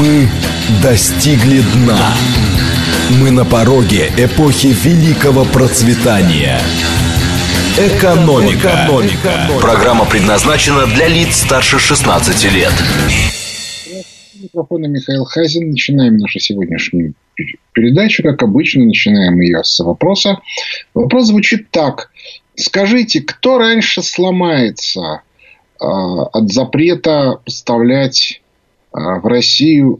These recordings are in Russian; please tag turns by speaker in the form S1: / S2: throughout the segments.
S1: Мы достигли дна. Мы на пороге эпохи великого процветания. Экономика. Программа предназначена для лиц старше 16 лет.
S2: Микрофон Михаил Хазин. Начинаем нашу сегодняшнюю передачу. Как обычно, начинаем ее с вопроса. Вопрос звучит так. Скажите, кто раньше сломается от запрета поставлять в Россию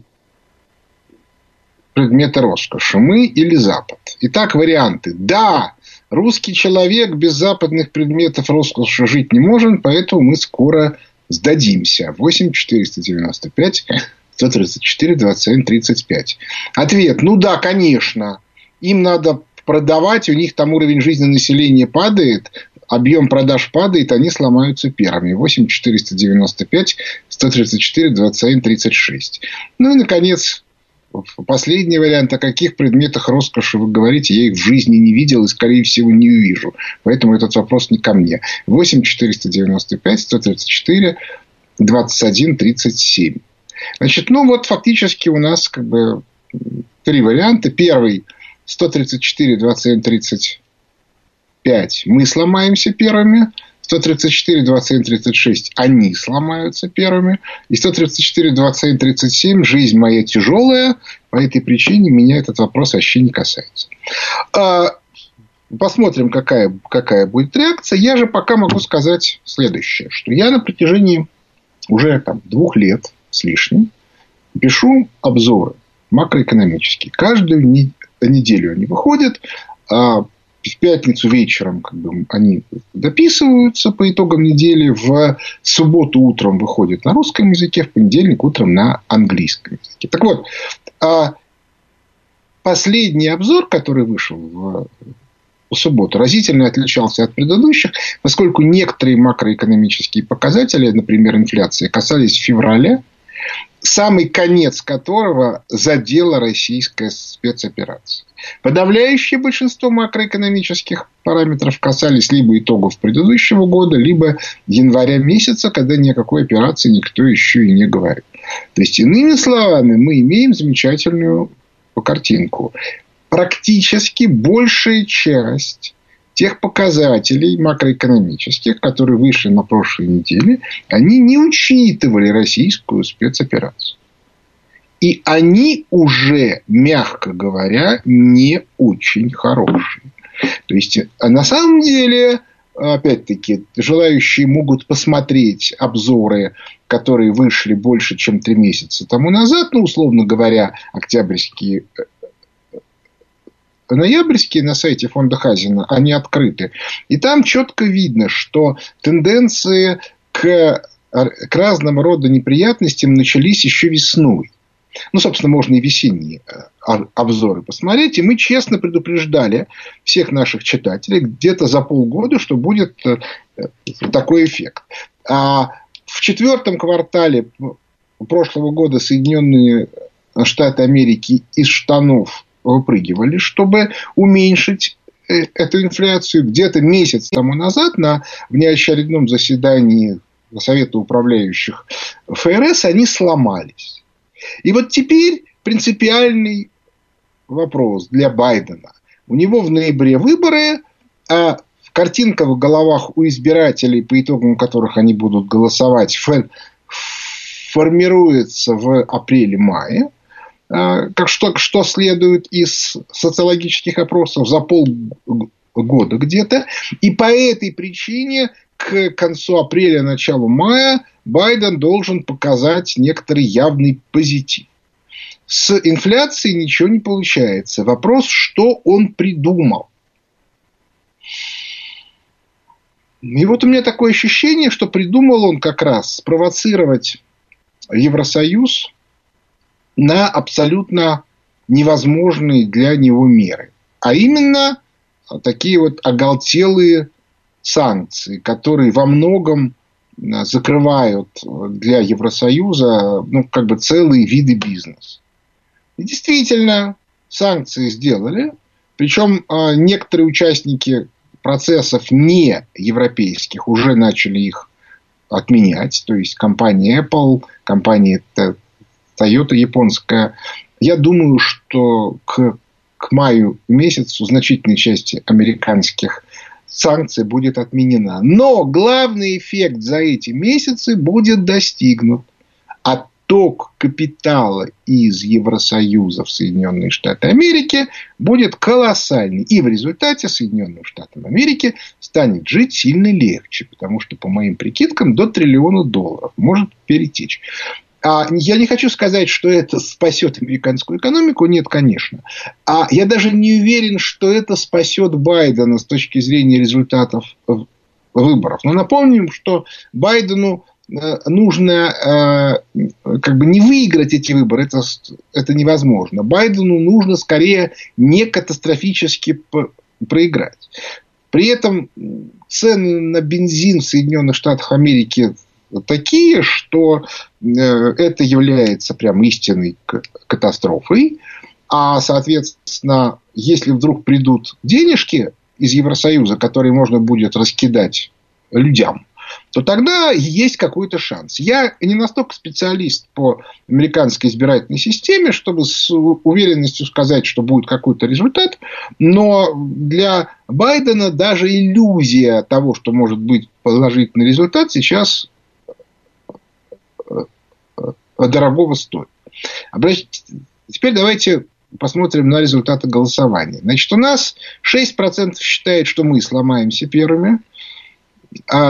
S2: предметы роскоши? Мы или Запад? Итак, варианты. Да, русский человек без западных предметов роскоши жить не может, поэтому мы скоро сдадимся. 8 495 134 27 35. Ответ. Ну да, конечно. Им надо продавать, у них там уровень жизни населения падает, объем продаж падает, они сломаются первыми. 8 495 134 27 36. Ну и, наконец, последний вариант. О каких предметах роскоши вы говорите? Я их в жизни не видел и, скорее всего, не увижу. Поэтому этот вопрос не ко мне. 8 495 134 21 37. Значит, ну вот фактически у нас как бы три варианта. Первый 134 27 35. Мы сломаемся первыми. 134 27 36. Они сломаются первыми. И 134 27 37. Жизнь моя тяжелая. По этой причине меня этот вопрос вообще не касается. Посмотрим, какая будет реакция. Я же пока могу сказать следующее. Что я на протяжении уже 2 лет с лишним пишу обзоры макроэкономические. Каждую неделю они выходят. В пятницу вечером они дописываются по итогам недели. В субботу утром выходят на русском языке. В понедельник утром на английском языке. Так вот, последний обзор, который вышел в субботу, разительно отличался от предыдущих, поскольку некоторые макроэкономические показатели, например, инфляция, касались февраля, самый конец которого задела российская спецоперация. Подавляющее большинство макроэкономических параметров касались либо итогов предыдущего года, либо января месяца, когда ни о какой операции никто еще и не говорит. То есть, иными словами, мы имеем замечательную картинку. Практически большая часть тех показателей макроэкономических, которые вышли на прошлой неделе, они не учитывали российскую спецоперацию. И они уже, мягко говоря, не очень хорошие. То есть, на самом деле, опять-таки, желающие могут посмотреть обзоры, которые вышли больше, чем 3 месяца тому назад, условно говоря, октябрьские, ноябрьские на сайте фонда Хазина, они открыты. И там четко видно, что тенденции к разного рода неприятностям начались еще весной. Собственно, можно и весенние обзоры посмотреть. И мы честно предупреждали всех наших читателей где-то за полгода, что будет такой эффект. А в 4 квартале прошлого года Соединенные Штаты Америки из штанов выпрыгивали, чтобы уменьшить эту инфляцию. Где-то месяц тому назад в внеочередном заседании Совета управляющих ФРС они сломались. И вот теперь принципиальный вопрос для Байдена. У него в ноябре выборы, а картинка в головах у избирателей, по итогам которых они будут голосовать, формируется в апреле-мае. Что следует из социологических опросов за полгода где-то. И по этой причине к концу апреля, началу мая Байден должен показать некоторый явный позитив. С инфляцией ничего не получается. Вопрос, что он придумал. И вот у меня такое ощущение, что придумал он как раз спровоцировать Евросоюз на абсолютно невозможные для него меры. А именно такие вот оголтелые санкции, которые во многом закрывают для Евросоюза целые виды бизнеса. И действительно, санкции сделали. Причем некоторые участники процессов не европейских уже начали их отменять. То есть компания Apple, компания Toyota японская. Я думаю, что к маю месяцу значительной части американских санкций будет отменена. Но главный эффект за эти месяцы будет достигнут. Отток капитала из Евросоюза в Соединенные Штаты Америки будет колоссальный. И в результате Соединенным Штатам Америки станет жить сильно легче. Потому что, по моим прикидкам, до $1 триллиона может перетечь. Я не хочу сказать, что это спасет американскую экономику. Нет, конечно. Я даже не уверен, что это спасет Байдена с точки зрения результатов выборов. Но напомним, что Байдену нужно не выиграть эти выборы. Это невозможно. Байдену нужно скорее не катастрофически проиграть. При этом цены на бензин в Соединенных Штатах Америки такие, что это является прям истинной катастрофой. Соответственно, если вдруг придут денежки из Евросоюза, которые можно будет раскидать людям, то тогда есть какой-то шанс. Я не настолько специалист по американской избирательной системе, чтобы с уверенностью сказать, что будет какой-то результат. Но для Байдена даже иллюзия того, что может быть положительный результат, сейчас дорогого стоит. Теперь давайте посмотрим на результаты голосования. Значит, у нас 6% считает, что мы сломаемся первыми, а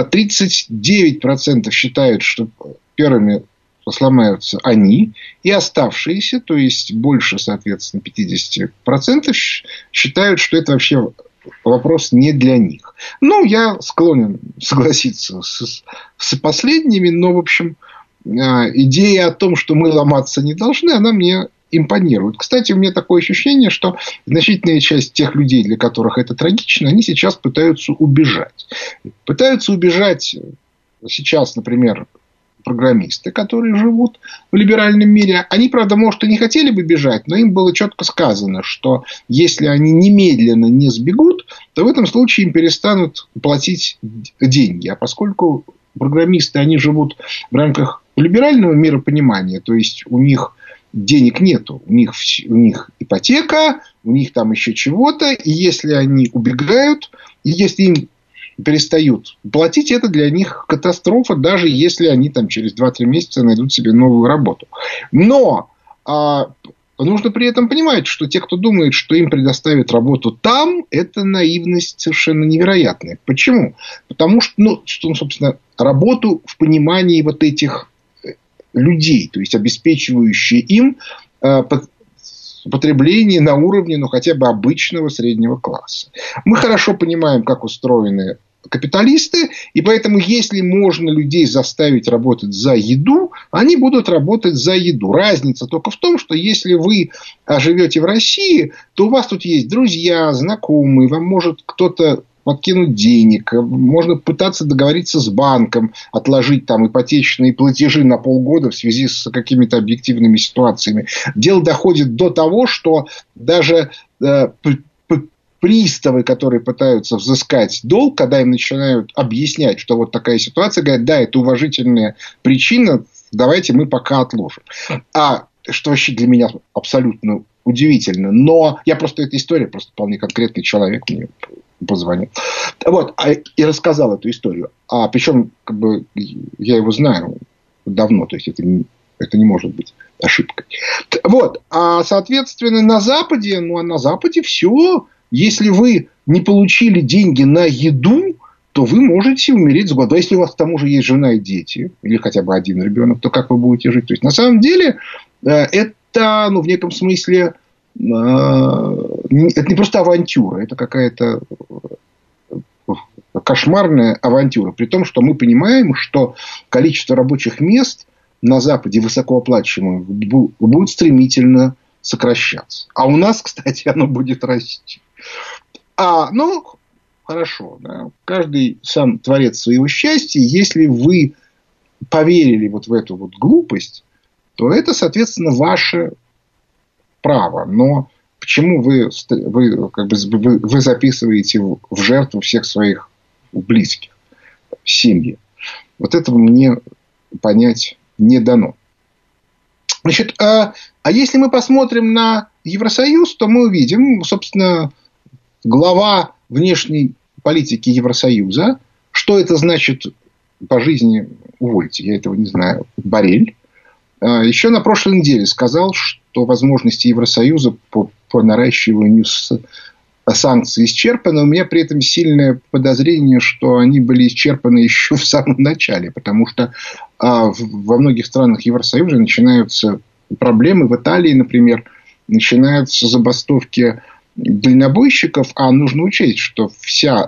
S2: 39% считают, что первыми сломаются они, и оставшиеся, то есть больше, соответственно, 50%, считают, что это вообще вопрос не для них. Я склонен согласиться с последними, но, в общем, идея о том, что мы ломаться не должны, она мне импонирует. Кстати, у меня такое ощущение, что значительная часть тех людей, для которых это трагично, они сейчас пытаются убежать. Пытаются убежать сейчас, например, программисты, которые живут в либеральном мире. Они, правда, может, и не хотели бы бежать, но им было четко сказано, что если они немедленно не сбегут, то в этом случае им перестанут платить деньги. А поскольку программисты, они живут в рамках либерального миропонимания, то есть у них денег нету, у них ипотека, у них там еще чего-то, и если они убегают, и если им перестают платить, это для них катастрофа, даже если они там через 2-3 месяца найдут себе новую работу. Но нужно при этом понимать, что те, кто думает, что им предоставят работу там, это наивность совершенно невероятная. Почему? Потому что, собственно, работу в понимании вот этих людей, то есть обеспечивающие им потребление на уровне, хотя бы обычного среднего класса. Мы хорошо понимаем, как устроены капиталисты, и поэтому, если можно людей заставить работать за еду, они будут работать за еду. Разница только в том, что если вы живете в России, то у вас тут есть друзья, знакомые, вам может кто-то подкинуть денег, можно пытаться договориться с банком, отложить там ипотечные платежи на полгода в связи с какими-то объективными ситуациями. Дело доходит до того, что даже приставы, которые пытаются взыскать долг, когда им начинают объяснять, что вот такая ситуация, говорят, да, это уважительная причина, давайте мы пока отложим. Что вообще для меня абсолютно удивительно. Но я эта история, вполне конкретный человек мне позвонил. И рассказал эту историю. Причем, я его знаю давно, то есть это не может быть ошибкой. Соответственно, на Западе, на Западе все. Если вы не получили деньги на еду, то вы можете умереть с голоду. А если у вас к тому же есть жена и дети, или хотя бы один ребенок, то как вы будете жить? То есть, на самом деле, это, в неком смысле, это не просто авантюра, это какая-то кошмарная авантюра. При том, что мы понимаем, что количество рабочих мест на Западе высокооплачиваемых будет стремительно сокращаться. А у нас, кстати, оно будет расти. Хорошо. Да. Каждый сам творец своего счастья. Если вы поверили в эту глупость, то это, соответственно, ваше право. Но почему вы записываете в жертву всех своих близких, семьи? Этого мне понять не дано. Значит, если мы посмотрим на Евросоюз, то мы увидим, собственно, глава внешней политики Евросоюза. Что это значит по жизни, увольте, я этого не знаю, Боррель. Еще на прошлой неделе сказал, что возможности Евросоюза по наращиванию санкций исчерпаны. У меня при этом сильное подозрение, что они были исчерпаны еще в самом начале. Потому что во многих странах Евросоюза начинаются проблемы. В Италии, например, начинаются забастовки дальнобойщиков. А нужно учесть, что вся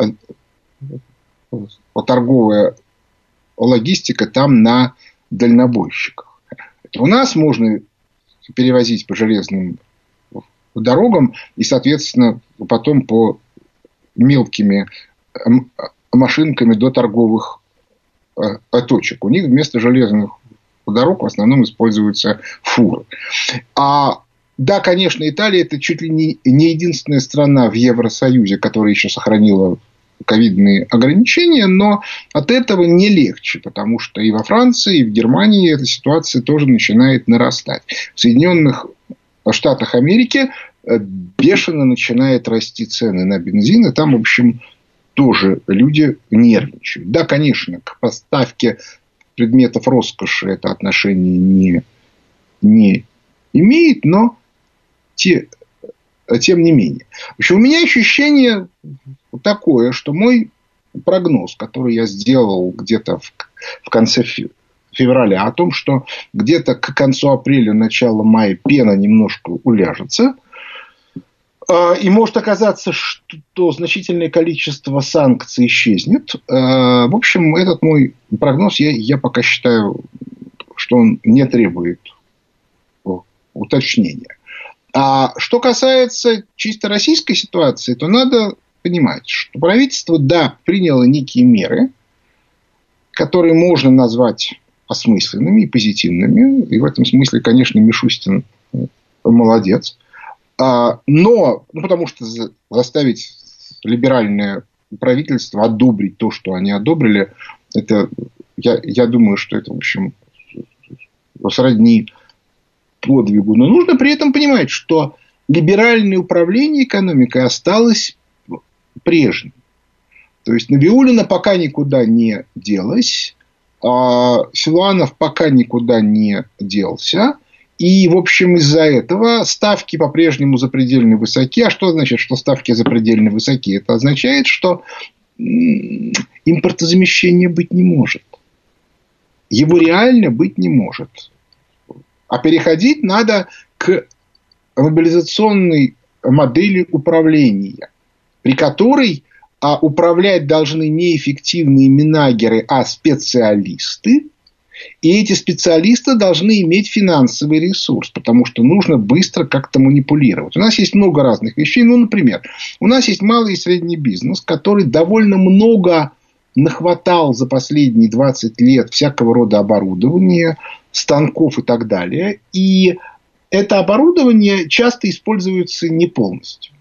S2: торговая логистика там на дальнобойщиках. У нас можно перевозить по железным дорогам и, соответственно, потом по мелкими машинками до торговых точек. У них вместо железных дорог в основном используются фуры. Да, конечно, Италия – это чуть ли не единственная страна в Евросоюзе, которая еще сохранила ковидные ограничения, но от этого не легче, потому что и во Франции, и в Германии эта ситуация тоже начинает нарастать. В Соединенных Штатах Америки бешено начинают расти цены на бензин, и там, в общем, тоже люди нервничают. Да, конечно, к поставке предметов роскоши это отношение не имеет, но тем не менее. В общем, у меня ощущение такое, что мой прогноз, который я сделал где-то в конце февраля, о том, что где-то к концу апреля, начало мая пена немножко уляжется, и может оказаться, что значительное количество санкций исчезнет. В общем, этот мой прогноз, я пока считаю, что он не требует уточнения. А что касается чисто российской ситуации, то надо понимать, что правительство, да, приняло некие меры, которые можно назвать осмысленными и позитивными. И в этом смысле, конечно, Мишустин молодец. Но, потому что заставить либеральное правительство одобрить то, что они одобрили, это, я думаю, что это, в общем, сродни подвигу. Но нужно при этом понимать, что либеральное управление экономикой осталось прежним. То есть Набиуллина пока никуда не делась, Силуанов пока никуда не делся. И, в общем, из-за этого ставки по-прежнему запредельно высоки. А что значит, что ставки запредельно высоки? Это означает, что импортозамещения быть не может. Его реально быть не может. А переходить надо к мобилизационной модели управления, при которой управлять должны не эффективные менеджеры, а специалисты. И эти специалисты должны иметь финансовый ресурс, потому что нужно быстро как-то манипулировать. У нас есть много разных вещей. Ну, например, у нас есть малый и средний бизнес, который довольно много нахватал за последние 20 лет всякого рода оборудования, станков и так далее. И это оборудование часто используется не полностью.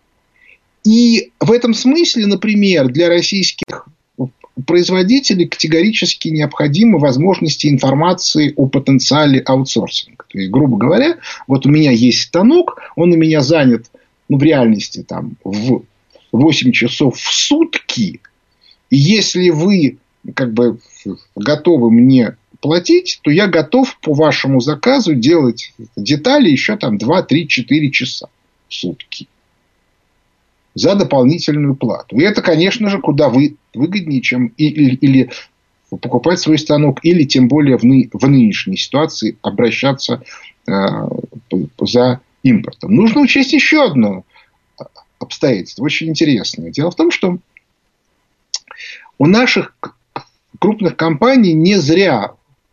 S2: И в этом смысле, например, для российских производителей категорически необходимы возможности информации о потенциале аутсорсинга. То есть, грубо говоря, вот у меня есть станок, он у меня занят, в реальности там, в 8 часов в сутки. И если вы готовы мне платить, то я готов по вашему заказу делать детали еще там 2, 3, 4 часа в сутки за дополнительную плату. И это, конечно же, куда выгоднее, чем или покупать свой станок, или тем более в нынешней ситуации обращаться за импортом. Нужно учесть еще одно обстоятельство, очень интересное. Дело в том, что у наших крупных компаний не зря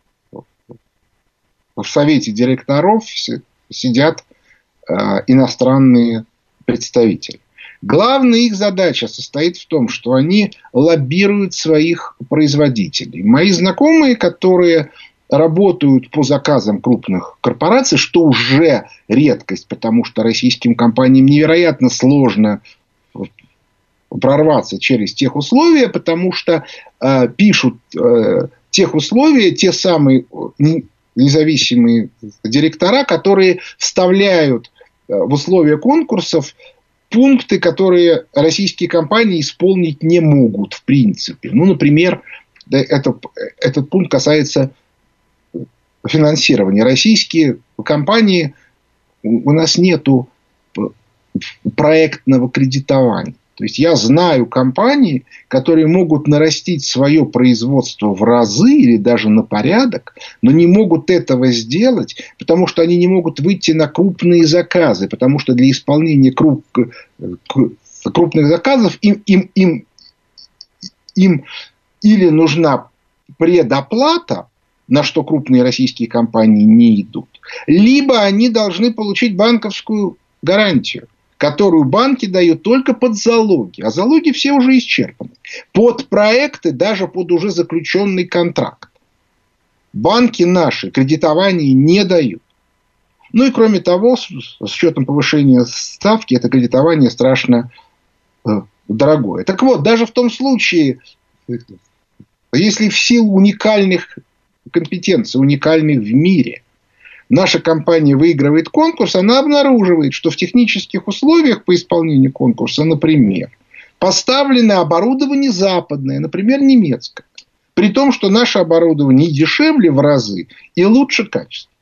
S2: в совете директоров сидят иностранные представители. Главная их задача состоит в том, что они лоббируют своих производителей. Мои знакомые, которые работают по заказам крупных корпораций, что уже редкость, потому что российским компаниям невероятно сложно прорваться через тех условия, потому что пишут тех условия те самые независимые директора, которые вставляют в условия конкурсов пункты, которые российские компании исполнить не могут в принципе. Ну, например, этот пункт касается финансирования. Российские компании, у нас нету проектного кредитования. То есть я знаю компании, которые могут нарастить свое производство в разы или даже на порядок, но не могут этого сделать, потому что они не могут выйти на крупные заказы, потому что для исполнения крупных заказов им или нужна предоплата, на что крупные российские компании не идут, либо они должны получить банковскую гарантию, которую банки дают только под залоги. А залоги все уже исчерпаны. Под проекты, даже под уже заключенный контракт. Банки наши кредитование не дают. Ну и кроме того, с учетом повышения ставки, это кредитование страшно дорогое. Так вот, даже в том случае, если в силу уникальных компетенций, уникальных в мире, наша компания выигрывает конкурс, она обнаруживает, что в технических условиях по исполнению конкурса, например, поставлено оборудование западное, например, немецкое. При том, что наше оборудование и дешевле в разы, и лучше качество.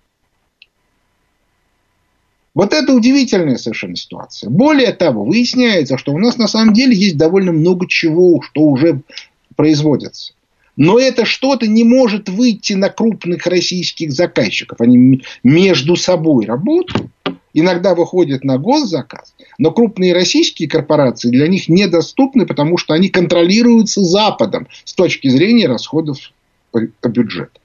S2: Вот это удивительная совершенно ситуация. Более того, выясняется, что у нас на самом деле есть довольно много чего, что уже производится. Но это что-то не может выйти на крупных российских заказчиков. Они между собой работают, иногда выходят на госзаказ, но крупные российские корпорации для них недоступны, потому что они контролируются Западом с точки зрения расходов бюджета.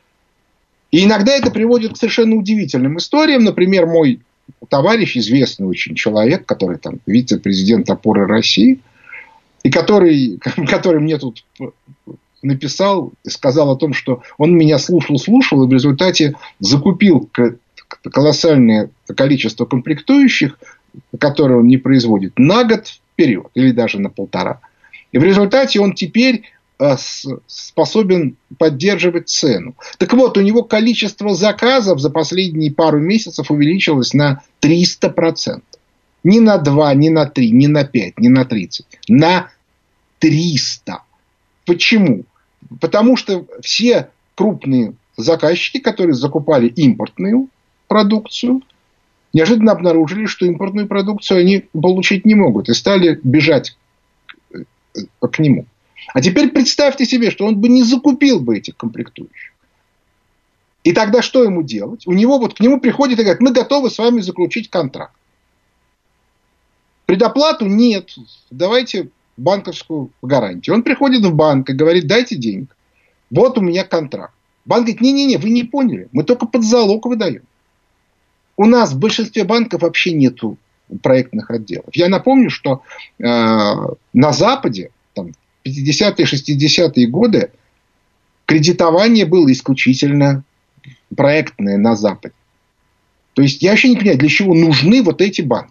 S2: И иногда это приводит к совершенно удивительным историям. Например, мой товарищ, известный очень человек, который там вице-президент «Опоры России», и который мне тут написал и сказал о том, что он меня слушал, и в результате закупил колоссальное количество комплектующих, которые он не производит, на год вперед или даже на 1,5. И в результате он теперь способен поддерживать цену. Так вот, у него количество заказов за последние пару месяцев увеличилось на 300%. Не на 2, не на 3, не на 5, не на 30. На 300. Почему? Потому что все крупные заказчики, которые закупали импортную продукцию, неожиданно обнаружили, что импортную продукцию они получить не могут. И стали бежать к нему. А теперь представьте себе, что он бы не закупил бы этих комплектующих. И тогда что ему делать? К нему приходят и говорят: мы готовы с вами заключить контракт. Предоплату нет. Давайте банковскую гарантию. Он приходит в банк и говорит: дайте денег. Вот у меня контракт. Банк говорит: не-не-не, вы не поняли. Мы только под залог выдаем. У нас в большинстве банков вообще нету проектных отделов. Я напомню, что на Западе, там, 50-е, 60-е годы, кредитование было исключительно проектное на Западе. То есть я вообще не понимаю, для чего нужны вот эти банки.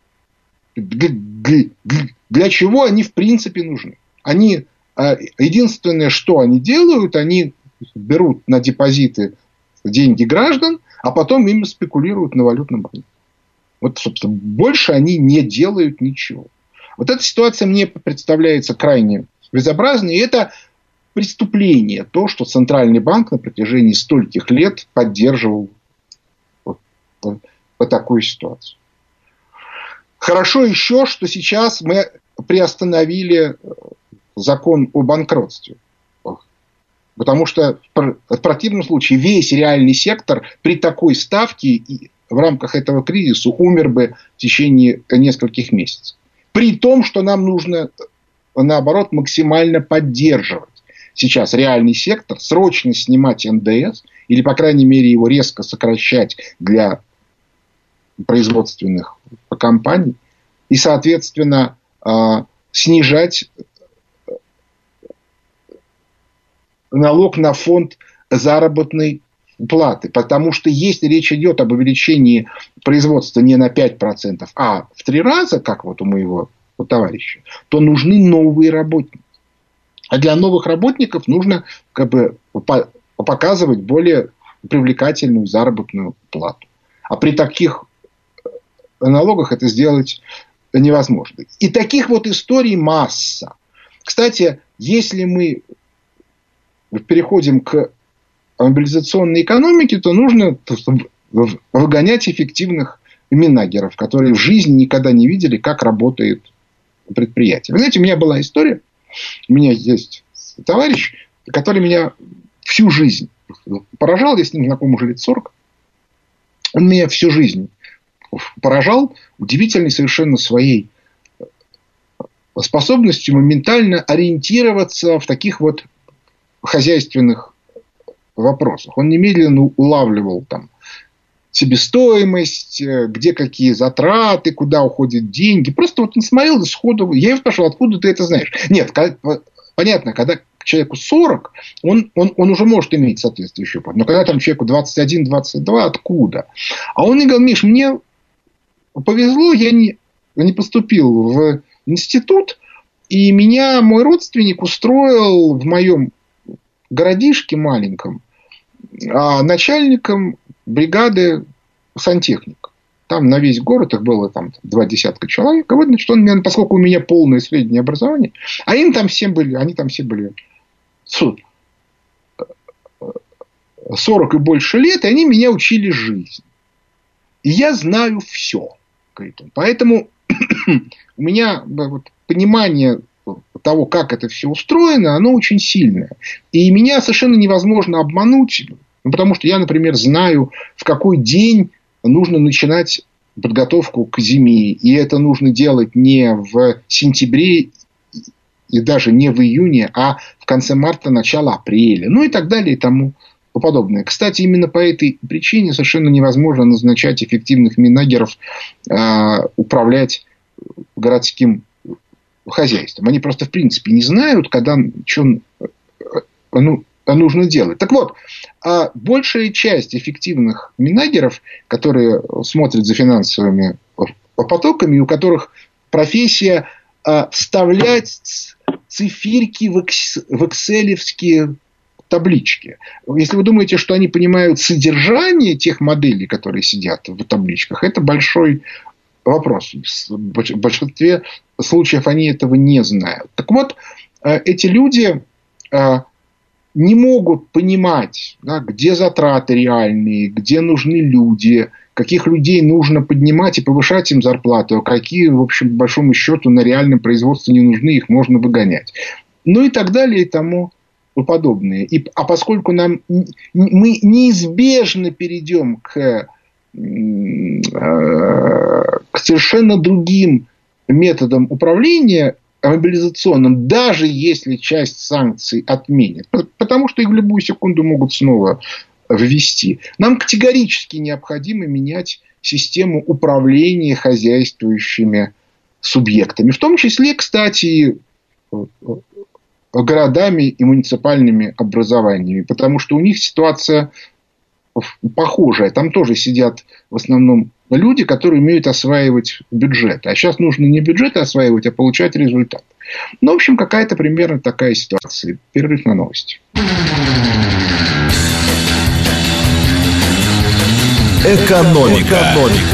S2: Для чего они в принципе нужны? Единственное, что они делают, они берут на депозиты деньги граждан, а потом ими спекулируют на валютном рынке. Вот, собственно, больше они не делают ничего. Вот эта ситуация мне представляется крайне безобразной. И это преступление, то, что Центральный банк на протяжении стольких лет поддерживал вот такую ситуацию. Хорошо еще, что сейчас мы приостановили закон о банкротстве. Потому что в противном случае весь реальный сектор при такой ставке и в рамках этого кризиса умер бы в течение нескольких месяцев. При том, что нам нужно, наоборот, максимально поддерживать сейчас реальный сектор, срочно снимать НДС или, по крайней мере, его резко сокращать для производственных компаний и, соответственно, снижать налог на фонд заработной платы. Потому что если речь идет об увеличении производства не на 5%, а в 3 раза, как вот у моего товарища, то нужны новые работники. А для новых работников нужно показывать более привлекательную заработную плату. А при таких налогах это сделать невозможно. И таких вот историй масса. Кстати, если мы переходим к мобилизационной экономике, то нужно выгонять эффективных менеджеров, которые в жизни никогда не видели, как работает предприятие. Вы знаете, у меня была история. У меня есть товарищ, который меня всю жизнь поражал. Я с ним знаком уже лет 40. Он меня всю жизнь поражал удивительной совершенно своей способностью моментально ориентироваться в таких вот хозяйственных вопросах. Он немедленно улавливал там себестоимость, где какие затраты, куда уходят деньги. Просто вот он смотрел и сходу. Я его спрашивал, откуда ты это знаешь? Нет, понятно, когда человеку 40, он уже может иметь соответствующий опыт. Но когда там человеку 21-22, откуда? А он мне говорил: Миш, мне повезло, я не поступил в институт, и меня мой родственник устроил в моем городишке маленьком начальником бригады сантехников. Там на весь город их было там 20 человек. И вот, значит, он меня, поскольку у меня полное среднее образование, а они там все были 40 и больше лет, и они меня учили жизнь. И я знаю все. Поэтому у меня понимание того, как это все устроено, оно очень сильное. И меня совершенно невозможно обмануть, потому что я, например, знаю, в какой день нужно начинать подготовку к зиме. И это нужно делать не в сентябре и даже не в июне, а в конце марта, начало апреля. Ну и так далее и тому подобное. Кстати, именно по этой причине совершенно невозможно назначать эффективных менеджеров управлять городским хозяйством. Они просто в принципе не знают, когда что нужно делать. Так вот, большая часть эффективных менеджеров, которые смотрят за финансовыми потоками, у которых профессия вставлять циферки в экселевские таблички. Если вы думаете, что они понимают содержание тех моделей, которые сидят в табличках, это большой вопрос. В большинстве случаев они этого не знают. Так вот, эти люди не могут понимать, где затраты реальные, где нужны люди, каких людей нужно поднимать и повышать им зарплату, а какие, в общем, по большому счету, на реальном производстве не нужны, их можно выгонять. Ну и так далее и тому подобное. А поскольку мы неизбежно перейдем к совершенно другим методам управления мобилизационным, даже если часть санкций отменят, потому что их в любую секунду могут снова ввести, нам категорически необходимо менять систему управления хозяйствующими субъектами, в том числе, кстати, городами и муниципальными образованиями, потому что у них ситуация похожая. Там тоже сидят в основном люди, которые умеют осваивать бюджеты. А сейчас нужно не бюджеты осваивать, а получать результат. Ну, в общем, какая-то примерно такая ситуация. Перерыв на новости.
S1: Экономика.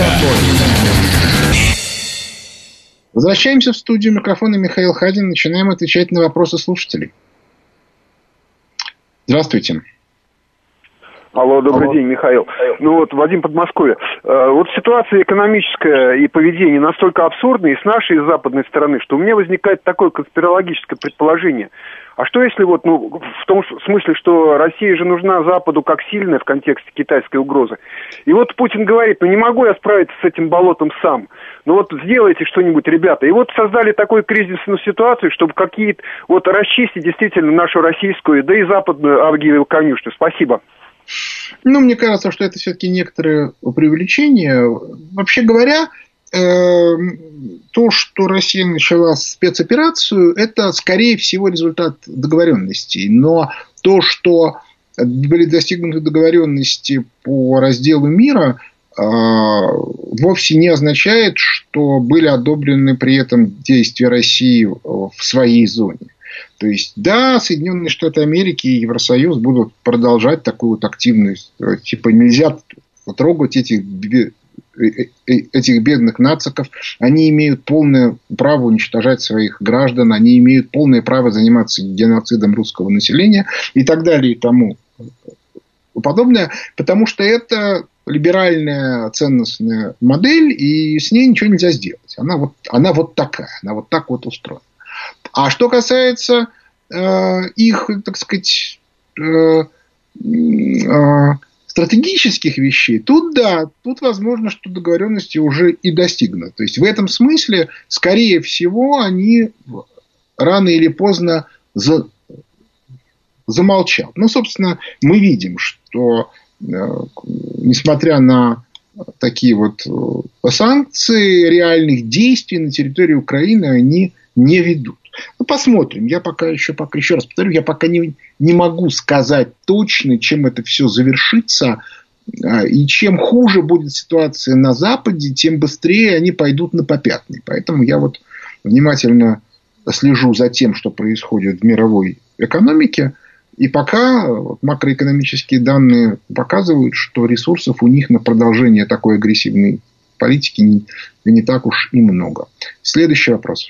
S2: Возвращаемся в студию. Микрофона Михаил Хадин. Начинаем отвечать на вопросы слушателей. Здравствуйте.
S3: Алло, добрый день, Михаил. Ну вот, Вадим, Подмосковье. Вот ситуация экономическая и поведение настолько абсурдны и с нашей, и с западной стороны, что у меня возникает такое конспирологическое предположение. А что если вот, в том смысле, что Россия же нужна Западу как сильная в контексте китайской угрозы. И вот Путин говорит: не могу я справиться с этим болотом сам. Вот сделайте что-нибудь, ребята. И вот создали такую кризисную ситуацию, чтобы какие-то вот расчистить действительно нашу российскую, да и западную авгиевую конюшню. Спасибо.
S2: Мне кажется, что это все-таки некоторое преувеличение. Вообще говоря, то, что Россия начала спецоперацию, это, скорее всего, результат договоренностей. Но то, что были достигнуты договоренности по разделу мира, вовсе не означает, что были одобрены при этом действия России в своей зоне. То есть, да, Соединенные Штаты Америки и Евросоюз будут продолжать такую вот активность. Типа, нельзя трогать этих бедных нациков. Они имеют полное право уничтожать своих граждан. Они имеют полное право заниматься геноцидом русского населения и так далее и тому подобное. Потому что это либеральная ценностная модель, и с ней ничего нельзя сделать. Она вот такая. Она вот так вот устроена. А что касается их, так сказать, стратегических вещей, тут возможно, что договоренности уже и достигнуты. То есть, в этом смысле, скорее всего, они рано или поздно замолчат. Ну, собственно, мы видим, что несмотря на такие вот санкции, реальных действий на территории Украины они не ведут. Ну, посмотрим. Я пока еще раз повторю, я пока не могу сказать точно, чем это все завершится. И чем хуже будет ситуация на Западе, тем быстрее они пойдут на попятный. Поэтому я вот внимательно слежу за тем, что происходит в мировой экономике. И пока макроэкономические данные показывают, что ресурсов у них на продолжение такой агрессивной политики не так уж и много. Следующий вопрос.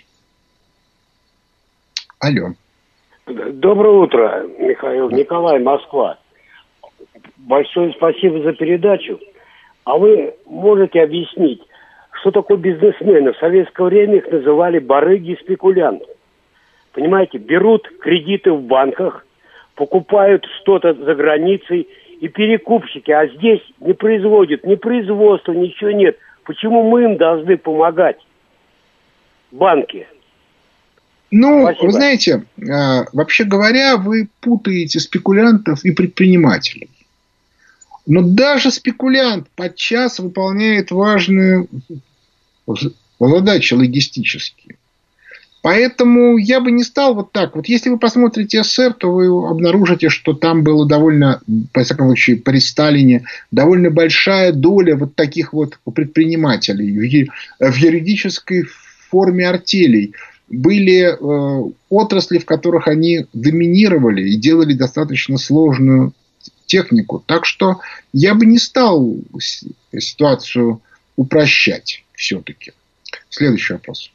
S2: Алло.
S4: Доброе утро, Михаил. Николай, Москва. Большое спасибо за передачу. А вы можете объяснить, что такое бизнесмены? В советское время их называли барыги и спекулянты. Понимаете, берут кредиты в банках, покупают что-то за границей, и перекупщики, а здесь не производят ни производства, ничего нет. Почему мы им должны помогать? Банки.
S2: Ну,
S4: Спасибо.
S2: Вы знаете, вообще говоря, вы путаете спекулянтов и предпринимателей. Но даже спекулянт подчас выполняет важные задачи логистические. Поэтому я бы не стал вот так. Вот если вы посмотрите СССР, то вы обнаружите, что там было довольно, по всяком случае, при Сталине, довольно большая доля вот таких вот предпринимателей в юридической форме артелей. Были отрасли, в которых они доминировали и делали достаточно сложную технику. Так что я бы не стал ситуацию упрощать все-таки. Следующий вопрос.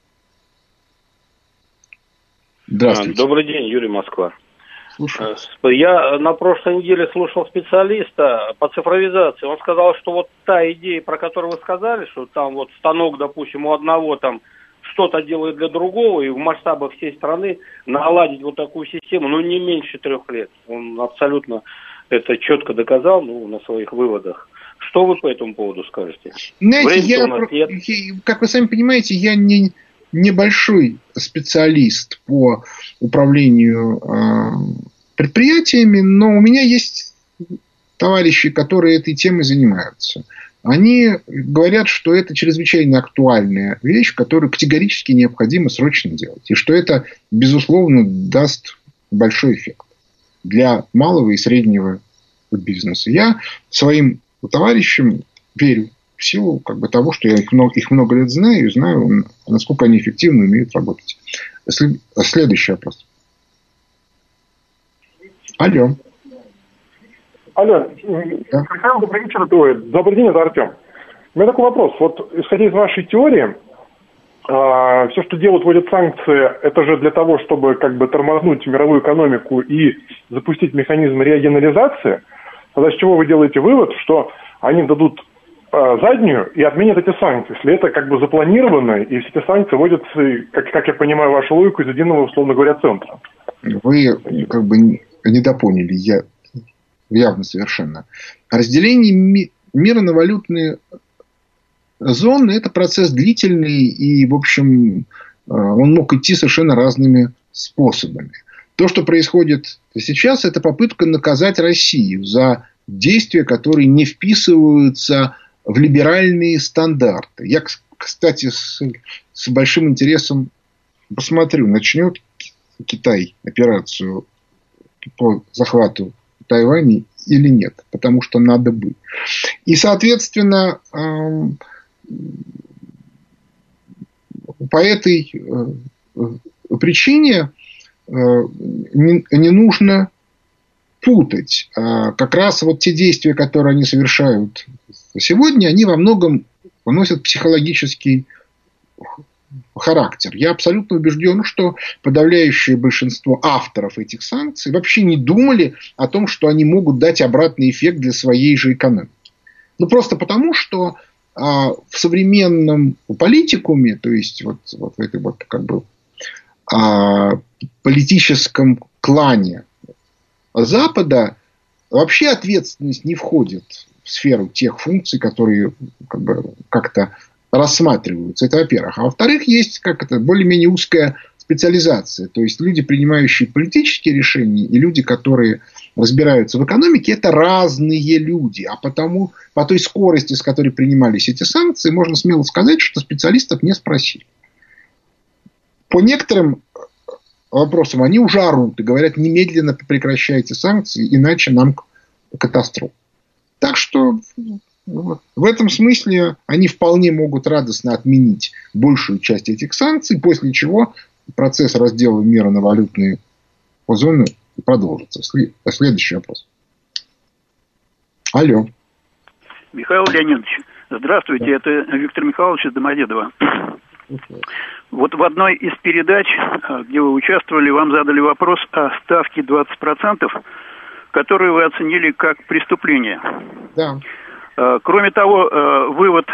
S2: Здравствуйте.
S5: Добрый день, Юрий, Москва.
S2: Слушаю.
S5: Я на прошлой неделе слушал специалиста по цифровизации. Он сказал, что вот та идея, про которую вы сказали, что там вот станок, допустим, у одного там что-то делает для другого, и в масштабах всей страны наладить вот такую систему, не меньше 3 лет. Он абсолютно это четко доказал, на своих выводах. Что вы по этому поводу скажете?
S2: Знаете, как вы сами понимаете, я небольшой специалист по управлению предприятиями, но у меня есть товарищи, которые этой темой занимаются. Они говорят, что это чрезвычайно актуальная вещь, которую категорически необходимо срочно делать. И что это, безусловно, даст большой эффект для малого и среднего бизнеса. Я своим товарищам верю в силу того, что я их много лет знаю и знаю, насколько они эффективно умеют работать. Следующий вопрос. Алло.
S6: Алло, Михаил, добрый вечер. Добрый день, это Артем. У меня такой вопрос. Вот, исходя из вашей теории, все, что делают, вводят санкции, это же для того, чтобы тормознуть мировую экономику и запустить механизм регионализации. Тогда с чего вы делаете вывод, что они дадут заднюю и отменят эти санкции, если это запланировано, и все эти санкции вводятся, как я понимаю вашу логику, из единого, условно говоря, центра?
S2: Вы недопоняли, я явно совершенно. Разделение мира на валютные зоны – это процесс длительный, и, в общем, он мог идти совершенно разными способами. То, что происходит сейчас, это попытка наказать Россию за действия, которые не вписываются в либеральные стандарты. Я, кстати, с большим интересом посмотрю, начнет Китай операцию по захвату Тайваня или нет, потому что надо бы. И, соответственно, по этой причине не нужно путать. Как раз вот те действия, которые они совершают сегодня, они во многом носят психологический характер. Я абсолютно убежден, что подавляющее большинство авторов этих санкций вообще не думали о том, что они могут дать обратный эффект для своей же экономики. Ну, просто потому, что в современном политикуме, то есть вот в этой вот как бы политическом клане Запада, вообще ответственность не входит в сферу тех функций, которые как-то рассматриваются. Это во-первых. А во-вторых, есть более-менее узкая специализация. То есть люди, принимающие политические решения, и люди, которые разбираются в экономике, это разные люди. А потому, по той скорости, с которой принимались эти санкции, можно смело сказать, что специалистов не спросили. По некоторым вопросам они уже орут и говорят: немедленно прекращайте санкции, иначе нам катастрофа. Так что в этом смысле они вполне могут радостно отменить большую часть этих санкций, после чего процесс раздела мира на валютные зоны продолжится. Следующий вопрос. Алло.
S7: Михаил Леонидович, здравствуйте, да. Это Виктор Михайлович из Домодедово. Вот в одной из передач, где вы участвовали, вам задали вопрос о ставке 20%, которую вы оценили как преступление.
S2: Да.
S7: Кроме того, вывод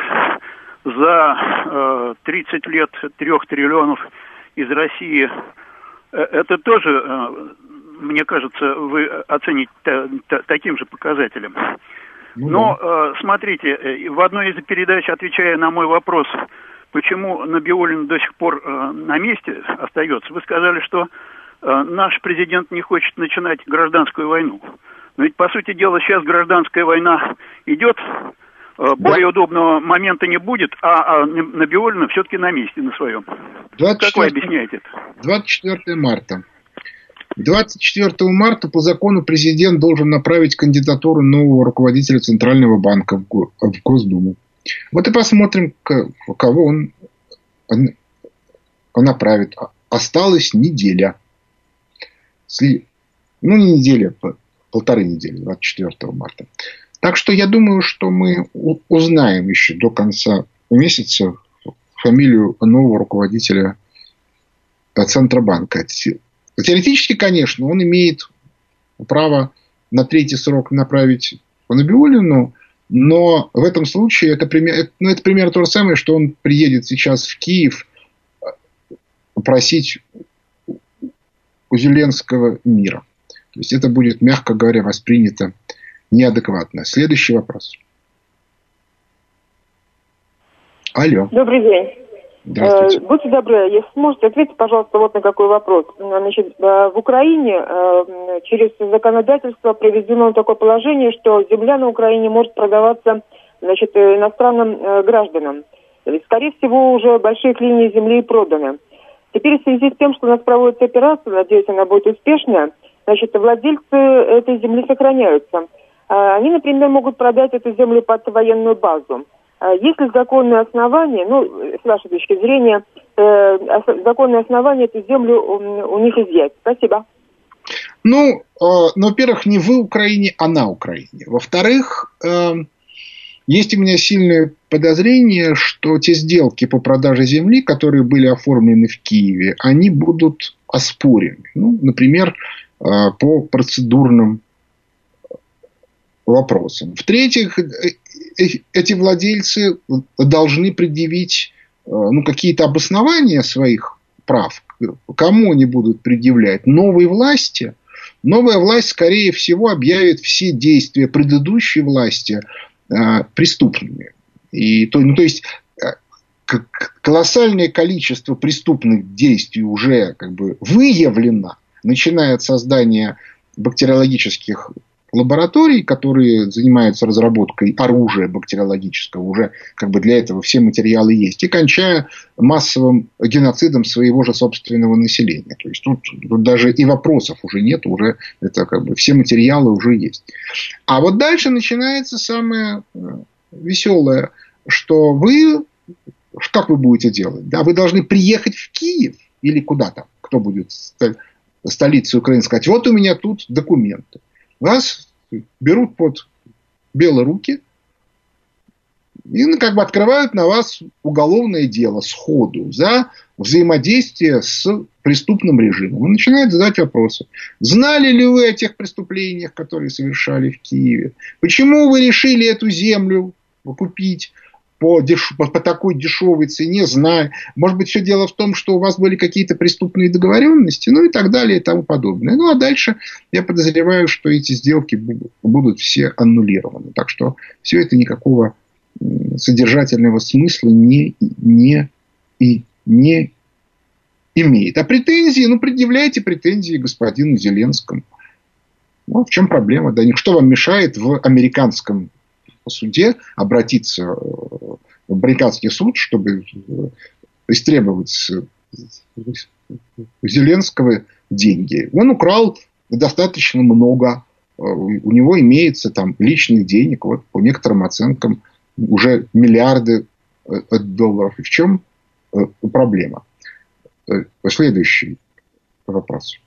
S7: за 30 лет 3 триллионов из России, это тоже, мне кажется, вы оцените таким же показателем. Но, смотрите, в одной из передач, отвечая на мой вопрос, почему Набиуллин до сих пор на месте остается, вы сказали, что наш президент не хочет начинать гражданскую войну. Но ведь, по сути дела, сейчас гражданская война идет, более удобного момента не будет, а Набиуллина все-таки на месте, на своем. Как вы объясняете это? 24 марта. 24 марта по закону президент должен направить кандидатуру нового руководителя Центрального банка в Госдуму. Вот и посмотрим, кого он направит. Осталась неделя. Ну, не неделя, полторы недели, 24 марта. Так что я думаю, что мы узнаем еще до конца месяца фамилию нового руководителя Центробанка. Теоретически, конечно, он имеет право на третий срок направить Набиуллину, но в этом случае это примерно то же самое, что он приедет сейчас в Киев просить у Зеленского мира. То есть это будет, мягко говоря, воспринято неадекватно. Следующий вопрос. Алло.
S8: Добрый день.
S2: Здравствуйте.
S8: Будьте добры, если сможете, ответьте, пожалуйста, вот на какой вопрос. Значит, в Украине через законодательство приведено такое положение, что земля на Украине может продаваться, значит, иностранным гражданам. Скорее всего, уже большие линии земли проданы. Теперь в связи с тем, что у нас проводится операция, надеюсь, она будет успешная, значит, владельцы этой земли сохраняются. Они, например, могут продать эту землю под военную базу. Есть ли законные основания, с вашей точки зрения, законные основания эту землю у них изъять? Спасибо.
S2: Во-первых, не в Украине, а на Украине. Во-вторых, есть у меня сильное подозрение, что те сделки по продаже земли, которые были оформлены в Киеве, они будут оспорены. Например, по процедурным вопросам. В-третьих, эти владельцы должны предъявить какие-то обоснования своих прав. Кому они будут предъявлять? Новой власти? Новая власть, скорее всего, объявит все действия предыдущей власти преступными. То есть колоссальное количество преступных действий уже выявлено, начиная от создания бактериологических лабораторий, которые занимаются разработкой оружия бактериологического, уже для этого все материалы есть, и кончая массовым геноцидом своего же собственного населения. То есть тут даже и вопросов уже нет, уже это все материалы уже есть. А вот дальше начинается самое веселое, что как вы будете делать? Да, вы должны приехать в Киев или куда-то, кто будет столице Украины, сказать, вот у меня тут документы. Вас берут под белые руки и как бы открывают на вас уголовное дело сходу за взаимодействие с преступным режимом. Он начинает задать вопросы. Знали ли вы о тех преступлениях, которые совершали в Киеве? Почему вы решили эту землю купить по такой дешевой цене? Знаю. Может быть, все дело в том, что у вас были какие-то преступные договоренности, ну и так далее и тому подобное. Ну, а дальше я подозреваю, что эти сделки будут все аннулированы. Так что все это никакого содержательного смысла не имеет. А претензии, предъявляйте претензии господину Зеленскому. Ну, в чем проблема? Да, что вам мешает в американском суде обратиться в американский суд, чтобы истребовать с Зеленского деньги? Он украл достаточно много. У него имеется там личных денег, вот, по некоторым оценкам, уже миллиарды долларов. И в чем проблема? Следующий вопрос.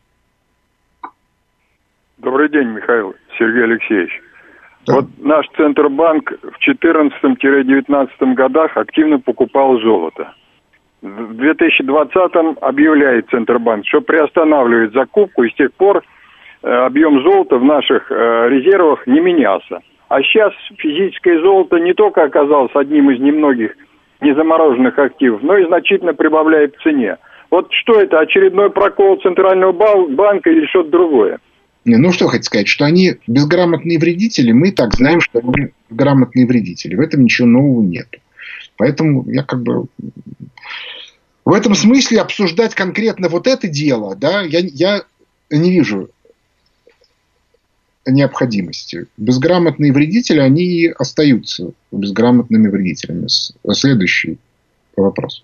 S9: Добрый день, Михаил. Сергей Алексеевич. Да. Вот наш Центробанк в 2014-2019 годах активно покупал золото. В 2020 объявляет Центробанк, что приостанавливает закупку, и с тех пор объем золота в наших резервах не менялся. А сейчас физическое золото не только оказалось одним из немногих незамороженных активов, но и значительно прибавляет в цене. Вот что это, очередной прокол Центрального банка или что-то другое?
S2: Ну, что хотите сказать, что они безграмотные вредители? Мы так знаем, что они грамотные вредители. В этом ничего нового нет. Поэтому я как бы... В этом смысле обсуждать конкретно вот это дело, да, я не вижу необходимости. Безграмотные вредители, они и остаются безграмотными вредителями. Следующий вопрос.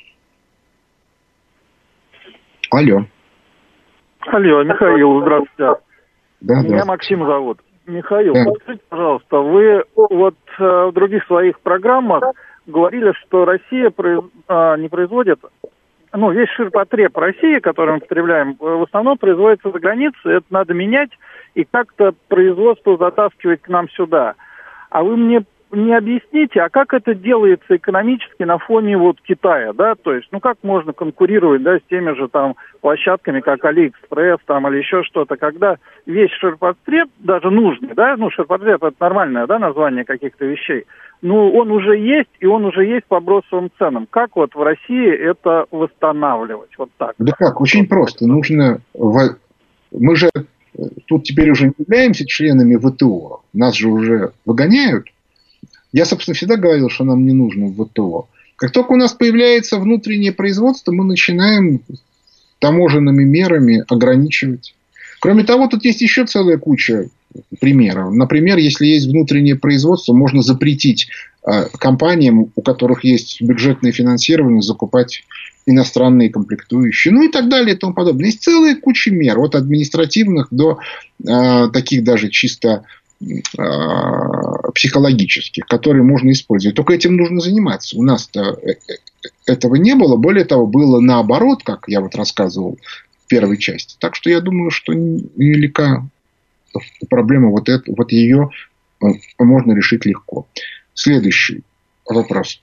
S2: Алло.
S10: Алло, Михаил, здравствуйте.
S2: Да,
S10: Меня Максим зовут. Михаил, подскажите, пожалуйста, вы вот в других своих программах говорили, что Россия не производит, весь ширпотреб России, который мы потребляем, в основном производится за границей, это надо менять и как-то производство затаскивать к нам сюда. А вы мне не объясните, а как это делается экономически на фоне вот Китая, да, то есть, как можно конкурировать, да, с теми же там площадками, как Алиэкспресс там или еще что-то, когда весь ширпотреб, даже нужный, да, ширпотреб это нормальное, да, название каких-то вещей, он уже есть, и он уже есть по бросовым ценам. Как вот в России это восстанавливать? Вот так.
S2: Да как, очень просто. Нужно... Мы же тут теперь уже не являемся членами ВТО. Нас же уже выгоняют. Я, собственно, всегда говорил, что нам не нужно в ВТО. Как только у нас появляется внутреннее производство, мы начинаем таможенными мерами ограничивать. Кроме того, тут есть еще целая куча примеров. Например, если есть внутреннее производство, можно запретить компаниям, у которых есть бюджетное финансирование, закупать иностранные комплектующие, и так далее и тому подобное. Есть целая куча мер, от административных до таких даже чисто психологических, которые можно использовать. Только этим нужно заниматься. У нас-то этого не было. Более того, было наоборот, как я вот рассказывал в первой части. Так что я думаю, что невелика проблема. Вот ее можно решить легко. Следующий вопрос.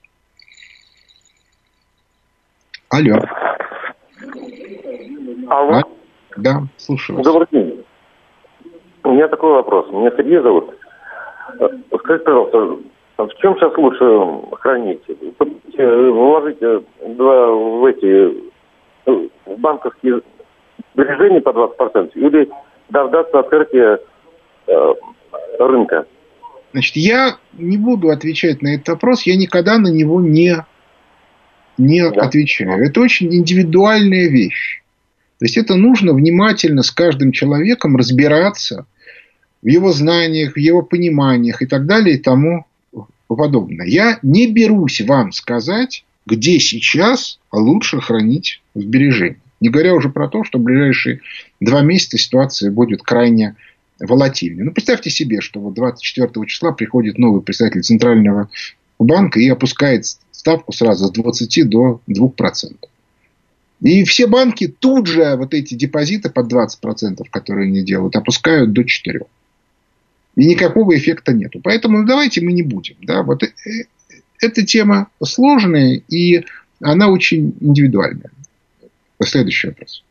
S2: Алло.
S11: Алло.
S2: Да, слушаю вас.
S11: Добрый день. У меня такой вопрос. Меня Сергей зовут. Скажите, пожалуйста, в чем сейчас лучше хранить? Вложить в банковские сбережения по 20% или дождаться открытия рынка?
S2: Значит, я не буду отвечать на этот вопрос. Я никогда на него не отвечаю. Это очень индивидуальная вещь. То есть, это нужно внимательно с каждым человеком разбираться в его знаниях, в его пониманиях и так далее и тому подобное. Я не берусь вам сказать, где сейчас лучше хранить сбережения. Не говоря уже про то, что в ближайшие 2 месяца ситуация будет крайне волатильной. Представьте себе, что 24 числа приходит новый представитель Центрального банка и опускает ставку сразу с 20 до 2%. И все банки тут же вот эти депозиты под 20%, которые они делают, опускают до 4%. И никакого эффекта нету. Поэтому давайте мы не будем. Да? Вот эта тема сложная, и она очень индивидуальная. Следующий вопрос.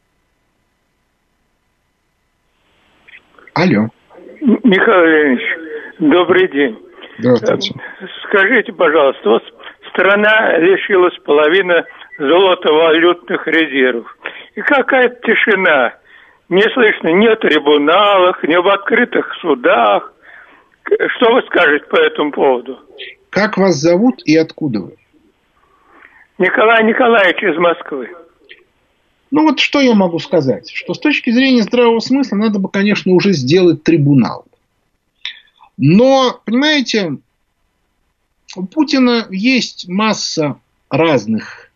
S2: Алло.
S12: Михаил Леонидович, добрый день.
S2: Здравствуйте.
S12: Скажите, пожалуйста, вот страна лишилась половины золотовалютных резервов. И какая-то тишина. Не слышно ни о трибуналах, ни об открытых судах. Что вы скажете по этому поводу?
S2: Как вас зовут и откуда вы?
S12: Николай Николаевич из Москвы.
S2: Ну вот что я могу сказать? Что с точки зрения здравого смысла надо бы, конечно, уже сделать трибунал. Но, понимаете, у Путина есть масса разных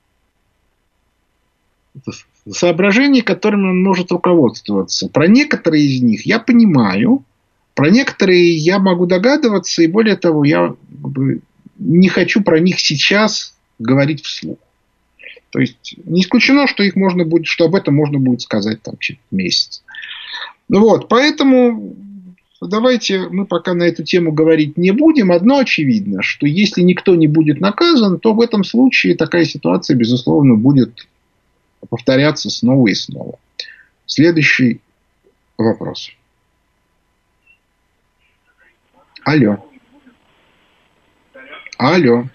S2: соображений, которыми он может руководствоваться. Про некоторые из них я понимаю, про некоторые я могу догадываться, и более того, я не хочу про них сейчас говорить вслух. То есть не исключено, что их можно будет, что об этом можно будет сказать там через месяц. Ну вот, поэтому давайте мы пока на эту тему говорить не будем. Одно очевидно, что если никто не будет наказан, то в этом случае такая ситуация, безусловно, будет повторяться снова и снова. Следующий вопрос. Алло. Алло.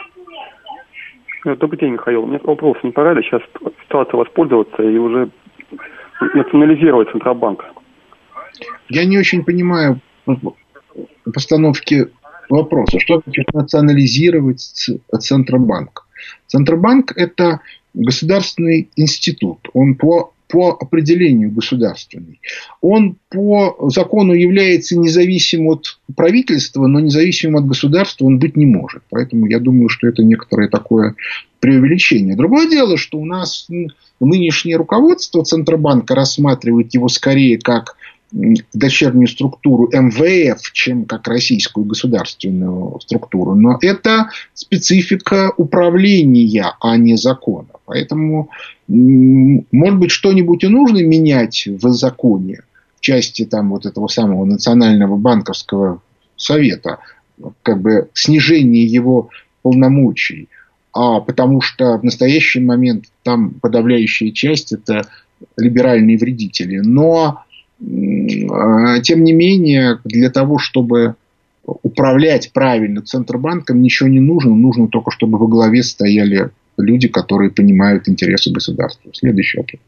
S13: Добрый день, Михаил. У меня вопрос, не пора ли сейчас ситуация воспользоваться и уже национализировать Центробанк?
S2: Я не очень понимаю постановки вопроса. Что значит национализировать Центробанк? Центробанк – это государственный институт. Он по определению государственный. Он по закону является независимым от правительства, но независимым от государства он быть не может. Поэтому я думаю, что это некоторое такое преувеличение. Другое дело, что у нас нынешнее руководство Центробанка рассматривает его скорее как дочернюю структуру МВФ, чем как российскую государственную структуру. Но это специфика управления, а не закона. Поэтому, может быть, что-нибудь и нужно менять в законе в части там, вот этого самого Национального банковского совета, как бы снижение его полномочий. Потому что в настоящий момент там подавляющая часть – это либеральные вредители. Но тем не менее, для того, чтобы управлять правильно Центробанком, ничего не нужно. Нужно только, чтобы во главе стояли люди, которые понимают интересы государства. Следующий вопрос.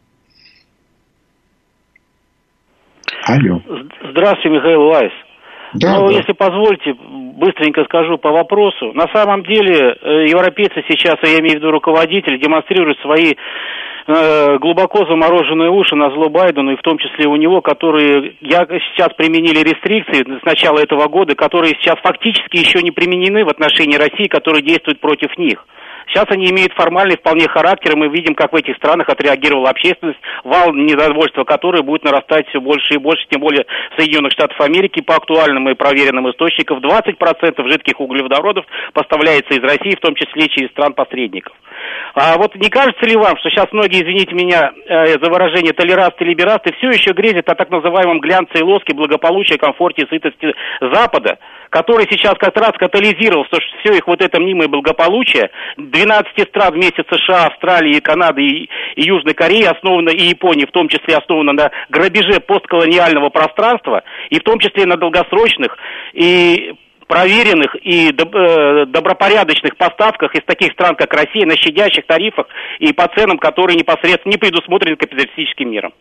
S2: Алло.
S14: Здравствуйте, Михаил Вайс.
S2: Да,
S14: да. Если позволите, быстренько скажу по вопросу. На самом деле, европейцы сейчас, я имею в виду руководители, демонстрируют свои глубоко замороженные уши на зло Байдену, и в том числе у него, которые сейчас применили рестрикции с начала этого года, которые сейчас фактически еще не применены в отношении России, которые действуют против них. Сейчас они имеют формальный вполне характер, и мы видим, как в этих странах отреагировала общественность, вал недовольства которой будет нарастать все больше и больше, тем более в Соединенных Штатах Америки по актуальным и проверенным источникам. 20% жидких углеводородов поставляется из России, в том числе через стран-посредников. А вот не кажется ли вам, что сейчас многие, извините меня за выражение, толерасты-либерасты все еще грезят о так называемом глянце и лоске, благополучия, комфорте и сытости Запада, который сейчас как раз катализировал все их вот это мнимое благополучие 12 стран вместе США, Австралии, Канады и Южной Кореи, основано, и Японии, в том числе основано на грабеже постколониального пространства, и в том числе на долгосрочных и проверенных и добропорядочных поставках из таких стран, как Россия, на щадящих тарифах и по ценам, которые непосредственно не предусмотрены капиталистическим миром.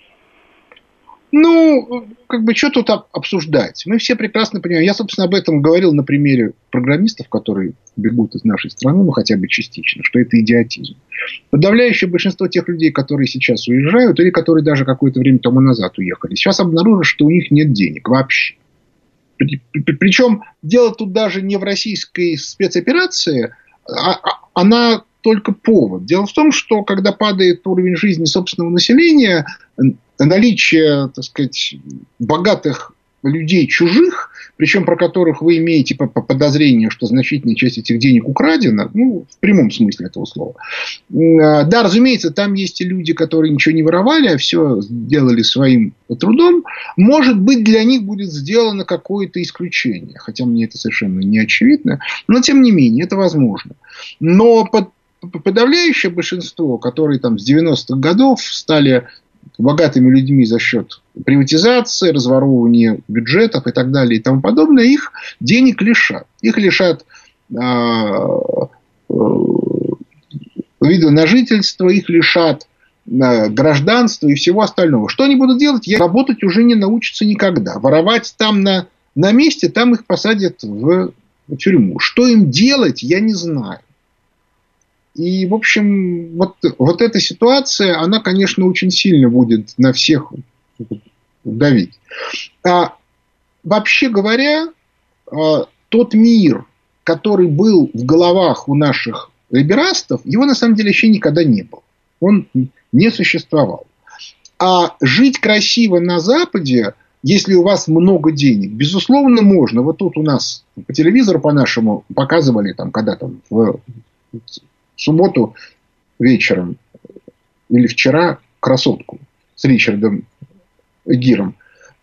S2: Ну, как бы, что тут обсуждать? Мы все прекрасно понимаем. Я, собственно, об этом говорил на примере программистов, которые бегут из нашей страны, ну, хотя бы частично, что это идиотизм. Подавляющее большинство тех людей, которые сейчас уезжают, или которые даже какое-то время тому назад уехали, сейчас обнаружат, что у них нет денег вообще. Причем дело тут даже не в российской спецоперации, она только повод. Дело в том, что когда падает уровень жизни собственного населения, наличие, так сказать, богатых людей чужих, причем про которых вы имеете подозрение, что значительная часть этих денег украдена, ну, в прямом смысле этого слова. Да, разумеется, там есть и люди, которые ничего не воровали, а все сделали своим трудом. Может быть, для них будет сделано какое-то исключение, хотя мне это совершенно не очевидно, но тем не менее, это возможно. Но подавляющее большинство, которые там с 90-х годов стали богатыми людьми за счет приватизации, разворовывания бюджетов и так далее и тому подобное, их денег лишат. Их лишат вида на жительство, их лишат гражданства и всего остального. Что они будут делать? Работать уже не научатся никогда. Воровать там на месте, там их посадят в тюрьму. Что им делать, я не знаю. И, в общем, вот эта ситуация, она, конечно, очень сильно будет на всех давить. Вообще говоря, тот мир, который был в головах у наших либерастов, его на самом деле еще никогда не было. Он не существовал. А жить красиво на Западе, если у вас много денег, безусловно, можно. Вот тут у нас по телевизору по-нашему показывали, там, когда там в субботу вечером или вчера «Красотку» с Ричардом Гиром.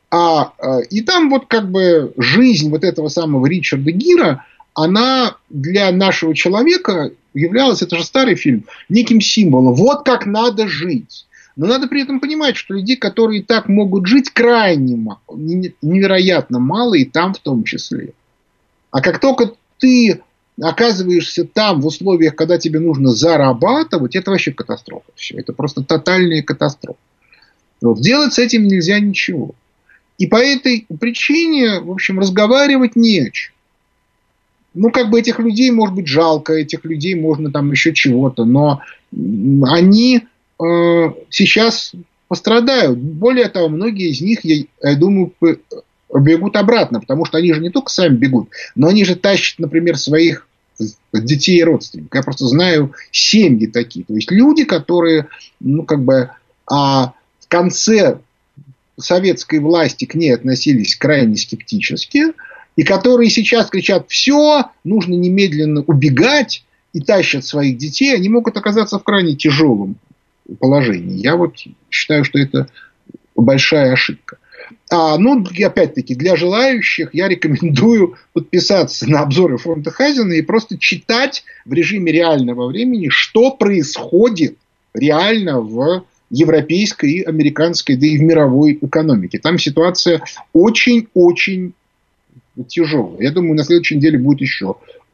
S2: И там вот как бы жизнь вот этого самого Ричарда Гира, она для нашего человека являлась, это же старый фильм, неким символом. Вот как надо жить. Но надо при этом понимать, что людей, которые так могут жить, крайне мало, невероятно мало, и там в том числе. А как только ты оказываешься там в условиях, когда тебе нужно зарабатывать, это вообще катастрофа. Все. Это просто тотальная катастрофа. Вот. Делать с этим нельзя ничего. И по этой причине, в общем, разговаривать не о чем. Ну, как бы этих людей, может быть, жалко, этих людей можно там еще чего-то, но они сейчас пострадают. Более того, многие из них, я думаю, бегут обратно, потому что они же не только сами бегут, но они же тащат, например, своих детей и родственников. Я просто знаю семьи такие. То есть люди, которые, ну, как бы, в конце советской власти к ней относились крайне скептически, и которые сейчас кричат: все, нужно немедленно убегать, и тащат своих детей, они могут оказаться в крайне тяжелом положении. Я вот считаю, что это большая ошибка. Ну, опять-таки, для желающих я рекомендую подписаться на обзоры фонда Хазина и просто читать в режиме реального времени, что происходит реально в европейской и американской, да и в мировой экономике. Там ситуация очень-очень тяжелая. Я думаю, на следующей неделе будет еще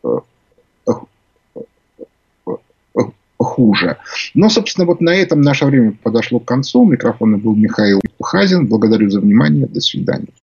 S2: хуже. Но, собственно, вот на этом наше время подошло к концу. У микрофона был Михаил Хазин. Благодарю за внимание. До свидания.